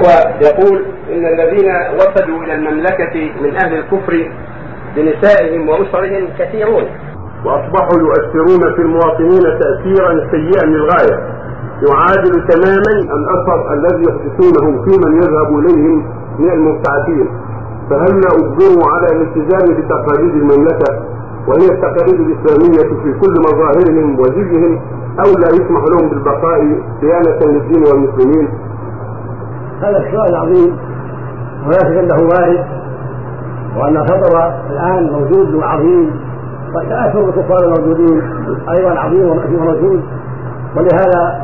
الإخوة يقول إن الذين وفدوا إلى المملكة من أهل الكفر بنسائهم وأسرهم كثيرون، وأصبحوا يؤثرون في المواطنين تأثيرا سيئا للغاية يعادل تماما الأثر الذي يحدثونه في من يذهب إليهم من المبتعثين. فهل أجبروا على الالتزام بتقاليد المملكة وهي التقاليد الإسلامية في كل مظاهرهم وزيهم، أو لا يسمح لهم بالبقاء صيانة للدين والمسلمين؟ هذا السؤال عظيم، ولا شك انه وارد، وان الخطر الان موجود وعظيم، والتاثر بالكفار الموجودين ايضا عظيم وموجود. ولهذا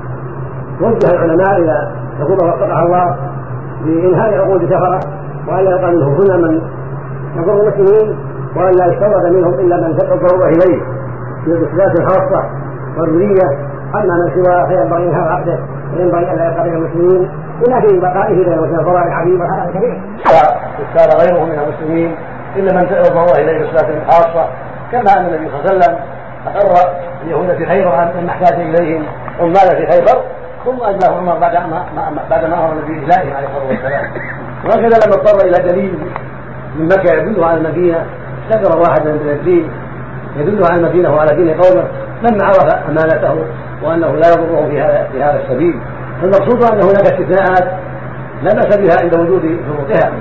وجه العلماء الى حكومه وفقها الله بانهاء عقود الكفره، وان لا يبقى منهم هنا من يضر المسلمين، وان لا يستورد منهم الا من تدعو الضروره اليه في الاثبات الخاصه والذريه. اما من سوى فينبغي انهاء عقده وينبغي ان لا يبقى بين المسلمين إلا في بقائه بين الفضائل العظيمة هذا كبير. كان غيره من المسلمين إلا من تدعو الله إليه بصلاة خاصة، كما أن النبي صلى الله عليه وسلم أقر اليهود في خيبر أن احتاج إليهم عمال في خيبر، ثم أجلاه عمر بعد ما أمر النبي بإجلائهم عليه الصلاة والسلام. وهكذا لما اضطر إلى دليل من مكة يدله على المدينة، ذكر واحدا من الدين يدله على المدينة وعلى دين قومه، لما عرف أمانته وأنه لا يضرهم في هذا السبيل. المقصود أن هناك استثناءات لا بأس بها عند وجود شروطها،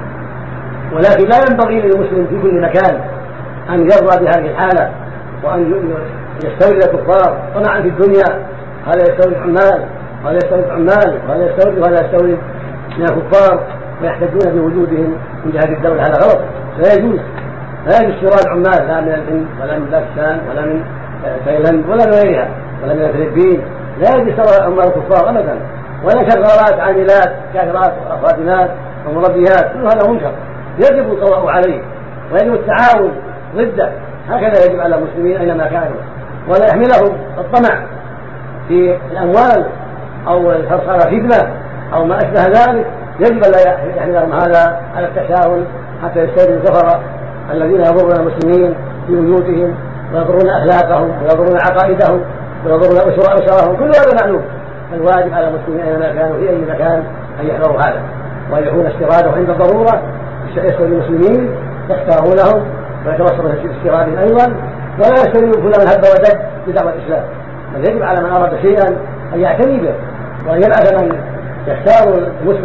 ولكن لا ينبغي للمسلم في كل مكان أن يرضى بهذه الحالة وأن يستورد الكفار طمعا في الدنيا. هذا يستورد عمال وهذا يستورد عمال وهذا يستورد وهذا يستورد من الكفار ويحتجون بوجودهم من جهة الدولة. هذا غلط، لا يجوز استيراد عمال لا من الهند ولا من باكستان ولا من تايلاند ولا من غيرها ولا من الفلبين. لا يجوز استيراد عمال الكفار أبدا، ولا شغالات عاملات كافرات وخادمات ومربيات، كل هذا منكر يجب القضاء عليه ويجب التعاون ضده. هكذا يجب على المسلمين أينما كانوا، ولا يحملهم الطمع في الأموال أو الحرص على خدمة أو ما أشبه ذلك. يجب أن لا يحملهم هذا على التساهل حتى يستوردوا الكفرة الذين يضرون المسلمين في بيوتهم ويضرون أخلاقهم ويضرون عقائدهم ويضرون أسرهم. كل هذا معلوم. الواجب على المسلمين أينما كانوا في أي مكان أن يحذروا هذا، وأن يكون استيراده عند الضرورة يستورد المسلمين يختارونهم ويتوصلوا في استيرادهم أيضا، ولا يستورد كل من هب ودب بدعوى الإسلام. بل يجب على من أراد شيئا أن يعتني به وأن يبعث من يختار المسلم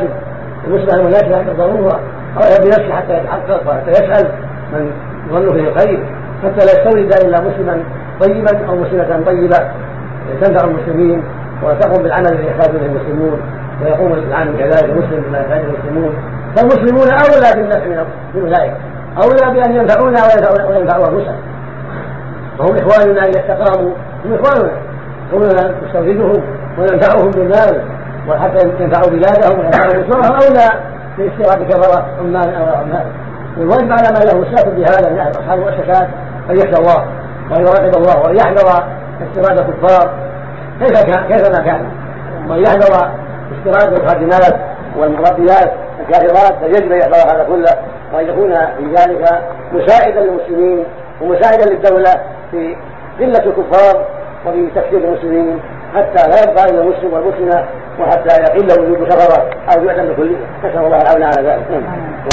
المناسب عند الضرورة، أو يهب نفسه حتى يتحقق وحتى يسأل من يظن فيه الخير، حتى لا يستورد إلا مسلما طيبا أو مسلمة طيبة تنفع المسلمين وتقوم بالعمل الذي يحتاج اليه المسلمون، ويقوم بالعمل كذلك المسلم بما يحتاج المسلمون. فالمسلمون اولى بالنفع من اولئك، اولى بان ينفعونا وينفعوا انفسهم، وهم اخواننا اذا استقاموا هم اخواننا، كوننا نستوردهم وننفعهم بالمال وحتى ينفعوا بلادهم وينفعوا اسرهم اولى باستيراد كفره عمال او عمال. والواجب على من له وساط بهذا من اصحاب المؤسسات ان يخشى الله وان يراقب الله وان يحذر استيراد الكفار كيفما كان، وان يحذر استيراد الخادمات والمربيات الكافرات. فيجب ان يحذر هذا كله، وان يكون في ذلك مساعدا للمسلمين ومساعدا للدوله في قله الكفار وفي تكفير المسلمين، حتى لا يبقى الا المسلم والمسلمه، وحتى يقل وجود كفره او يعدم بالكليه. نسال الله العون على ذلك.